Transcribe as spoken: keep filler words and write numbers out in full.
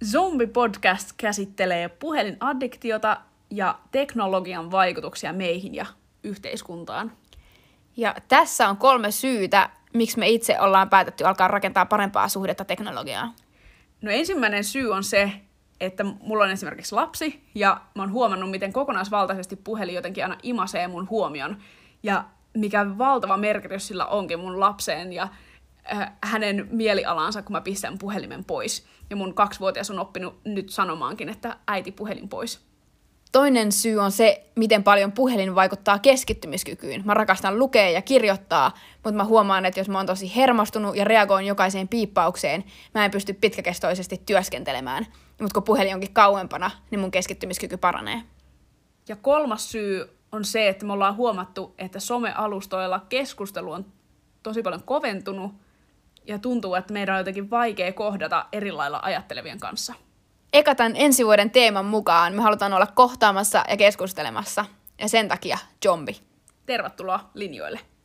Zombi-podcast käsittelee puhelinaddiktiota ja teknologian vaikutuksia meihin ja yhteiskuntaan. Ja tässä on kolme syytä, miksi me itse ollaan päätetty alkaa rakentaa parempaa suhdetta teknologiaan. No ensimmäinen syy on se, että mulla on esimerkiksi lapsi, ja mä oon huomannut, miten kokonaisvaltaisesti puhelin jotenkin aina imasee mun huomion, ja mikä valtava merkitys sillä onkin mun lapseen ja äh, hänen mielialansa, kun mä pistän puhelimen pois. Ja mun kaksivuotias on oppinut nyt sanomaankin, että äiti, puhelin pois. Toinen syy on se, miten paljon puhelin vaikuttaa keskittymiskykyyn. Mä rakastan lukea ja kirjoittaa, mutta mä huomaan, että jos mä oon tosi hermostunut ja reagoin jokaiseen piippaukseen, mä en pysty pitkäkestoisesti työskentelemään. Mutta kun puhelin onkin kauempana, niin mun keskittymiskyky paranee. Ja kolmas syy on se, että me ollaan huomattu, että somealustoilla keskustelu on tosi paljon koventunut ja tuntuu, että meidän on jotenkin vaikea kohdata eri lailla ajattelevien kanssa. Eka tämän ensi vuoden teeman mukaan me halutaan olla kohtaamassa ja keskustelemassa, ja sen takia zombi. Tervetuloa linjoille.